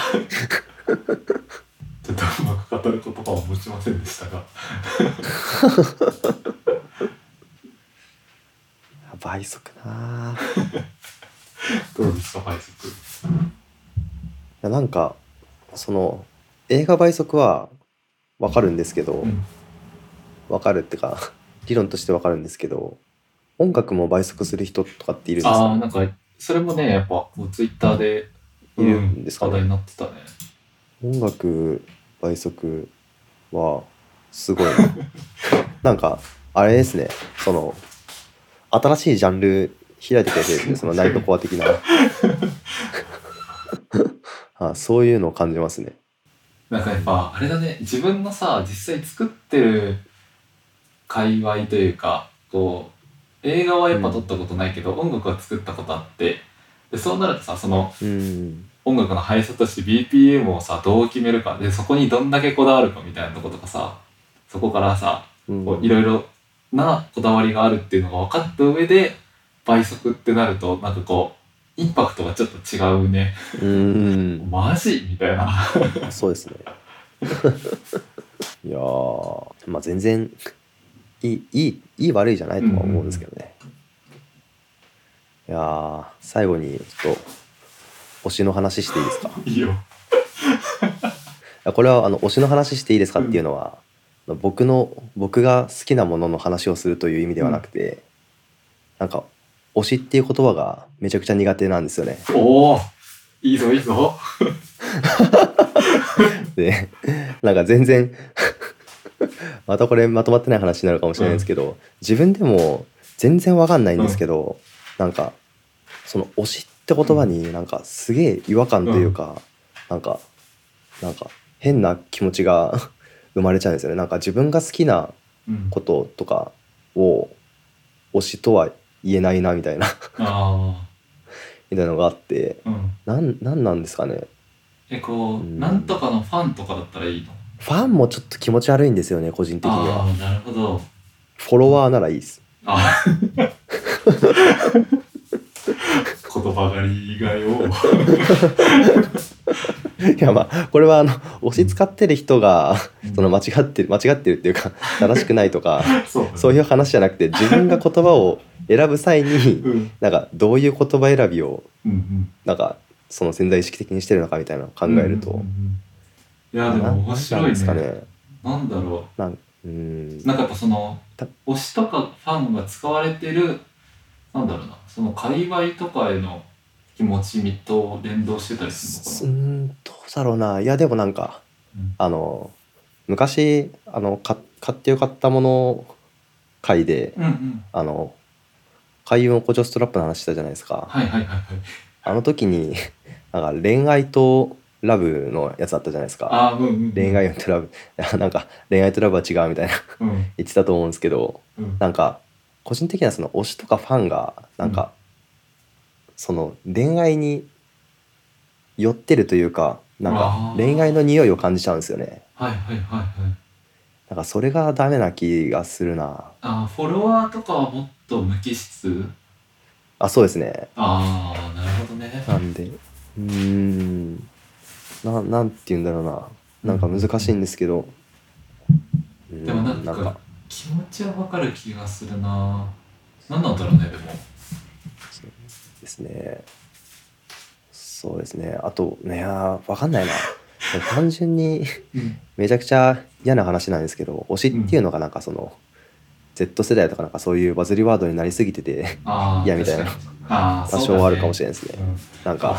ちょっとうまく語る言葉を持ちませんでしたが倍速などうですか倍速。いやなんかその映画倍速は分かるんですけど、うん、分かるってか理論として分かるんですけど、音楽も倍速する人とかっているんですか、ね、 ああなんかそれもねやっぱツイッターでいるんですかね、 話題になってたね。 音楽倍速はすごいなんかあれですね、その新しいジャンル開いてくれてるんですねそのナイトコア的なあそういうのを感じますね。 なんかやっぱあれだね、自分のさ実際作ってる界隈というかこう映画はやっぱ撮ったことないけど、うん、音楽は作ったことあって、でそうなるとさその、うん、音楽の速さとして ビーピーエム をさどう決めるかで、そこにどんだけこだわるかみたいなとことかさ、そこからさいろいろなこだわりがあるっていうのが分かった上で倍速ってなるとなんかこうインパクトがちょっと違うね。うーんマジみたいなそうですねいやまあ全然いいいいいい悪いじゃないとは思うんですけどね、うん、いや最後にちょっと推しの話していいですか。 いいよやこれはあの推しの話していいですかっていうのは、うん、僕の僕が好きなものの話をするという意味ではなくて、うん、なんか推しっていう言葉がめちゃくちゃ苦手なんですよね。 おお、いいぞいいぞ。 でなんか全然またこれまとまってない話になるかもしれないですけど、うん、自分でも全然わかんないんですけど、うん、なんかその推しって言葉になんかすげえ違和感というか、うん、なんかなんか変な気持ちが生まれちゃうんですよね。なんか自分が好きなこととかを推しとは言えないなみたいなあみたいなのがあって、 うん、 なん、なんなんですかね。 えこう、うん、なんとかのファンとかだったらいいの？ ファンもちょっと気持ち悪いんですよね、個人的には。 ああ、なるほど。 フォロワーならいいです。 あ言葉狩りがよ。 いやまあこれはあの推し使ってる人が、うん、その間違ってる間違ってるっていうか正しくないとかそう、ね、そういう話じゃなくて、自分が言葉を選ぶ際に、うん、なんかどういう言葉選びを、うんうん、なんかその潜在意識的にしてるのかみたいなのを考えると、うんうんうん、 いやでも面白いね。なんですかね。なんだろう。なんうんなんかやっぱその推しとかファンが使われてるなんだろうな、その界隈とかへの気持ちと連動してたりするのかな。 うんどうだろうな。いやでもなんか、うん、あの昔あの買ってよかったもの回で、うんうん、あの開運補助ストラップの話したじゃないですか。 はいはいはいはい。 あの時になんか恋愛とラブのやつあったじゃないですか。 あ、うんうんうん、 恋愛とラブなんか恋愛とラブは違うみたいな、うん、言ってたと思うんですけど、うん、なんか個人的にはその推しとかファンがなんか、うん、その恋愛に寄ってるというか、なんか恋愛の匂いを感じちゃうんですよね。 はいはいはいはい。 なんかそれがダメな気がするな。 あ、フォロワーとかはもっと無機質？ あ、そうですね。 ああ、なるほどね。 なんでうーんななんて言うんだろうな、なんか難しいんですけど、 うん、でもなんか、なんか気持ちはわかる気がするな。なんなんだろうね。でもそうですね。そうですね。あとね、やわかんないな。単純にめちゃくちゃ嫌な話なんですけど、推しっていうのがなんかその、うん、Z 世代とかなんかそういうバズりワードになりすぎてて嫌みたいな多少あるかもしれないですね。うん、なんか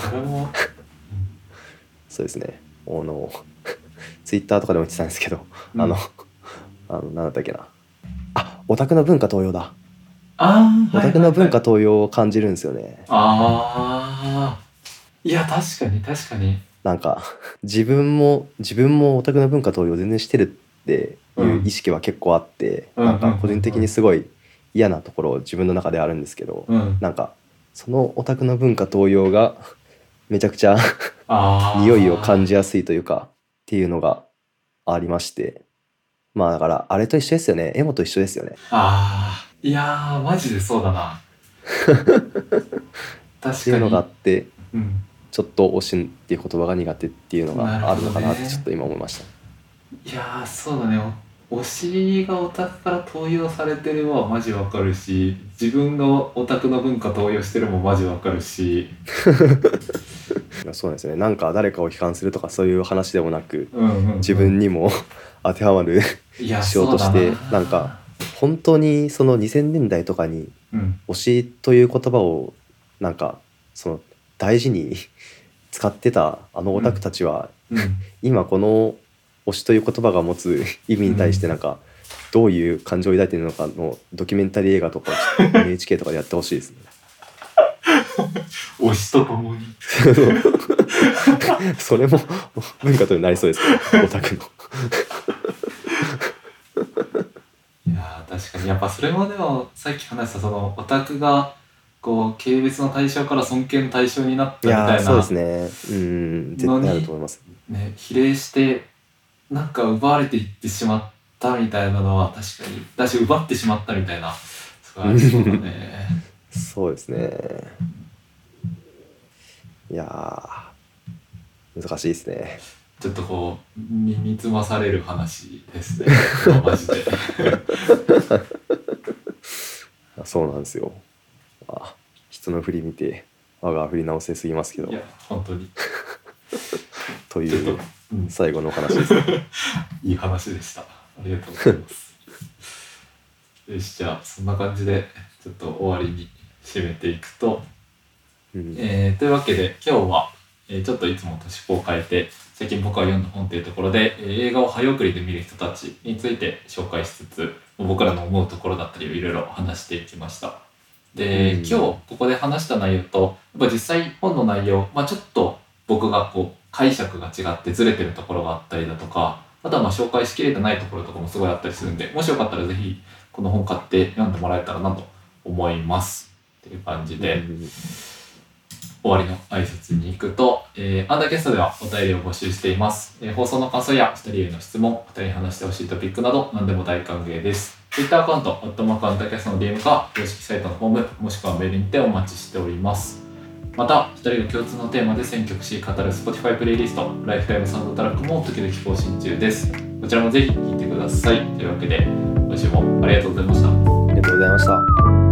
そうですね。あのツイッターとかでも言ってたんですけど、うん、あのあのなんだったっけな。あ、オタクの文化東洋だ。 あオタクの文化東洋を感じるんですよね。 ああ、いや確かに確かに。 なんか自分も自分もオタクの文化東洋全然してるっていう意識は結構あって、うん、なんか個人的にすごい嫌なところ自分の中であるんですけど、うん、なんかそのオタクの文化東洋がめちゃくちゃ匂いを感じやすいというかっていうのがありまして、まあだからあれと一緒ですよね。エモと一緒ですよね。 ああ、いやーマジでそうだな。確かに。 っていうのがあって、 うん、 ちょっと推しっていう言葉が苦手っていうのがあるのかなってちょっと今思いました。 いやーそうだね。推しがオタクから登用されてるのはマジわかるし、自分がオタクの文化登用してるもマジわかるしそうなんですね。なんか誰かを批判するとかそういう話でもなく、 うんうんうん、 自分にも当てはまる仕様として、なんか本当にそのにせんねんだいとかに推しという言葉をなんかその大事に使ってたあのオタクたちは、うんうん、今この推しという言葉が持つ意味に対してなんかどういう感情を抱いているのかのドキュメンタリー映画とか エヌエイチケー とかでやってほしいですね。 推しとともにそれも文化とになりそうですけどオタクのいや確かにやっぱそれまではさっき話したそのオタクがこう軽蔑の対象から尊敬の対象になったみたいな。いやそうですね。うん絶対あると思いますね。比例してなんか奪われていってしまったみたいなのは確かにだし奪ってしまったみたいなすごいありそうだね。 そうですね。いや難しいですね。 ちょっとこう身につまされる話ですねマジでそうなんですよ。あ人の振り見て我が振り直せすぎますけど、 いや本当にという最後のお話です、 いい話でした。ありがとうございますよし、じゃあそんな感じでちょっと終わりに締めていくと、うん、えー、というわけで今日は、えー、ちょっといつもと趣向を変えて最近僕が読んだ本というところで、えー、映画を早送りで見る人たちについて紹介しつつ、僕らの思うところだったりをいろいろ話していきました。で、うん、今日ここで話した内容とやっぱ実際本の内容、まあ、ちょっと僕がこう解釈が違ってずれてるところがあったりだとか、あとはまあ紹介しきれてないところとかもすごいあったりするんで、もしよかったらぜひこの本買って読んでもらえたらなと思いますっていう感じで、うん、終わりの挨拶に行くと、えー、アンダーキャストではお便りを募集しています。えー、放送の感想やふたりへの質問、ふたりに話してほしいトピックなど何でも大歓迎です。Twitter アカウント、アットマークアンダーキャストの ディーエム か公式サイトのフォーム、もしくはメールにてお待ちしております。また、ふたりが共通のテーマで選曲し語る Spotify プレイリスト、ライフタイムサウンドトラックも時々更新中です。こちらもぜひ聴いてください。というわけで、今週もありがとうございました。 ありがとうございました。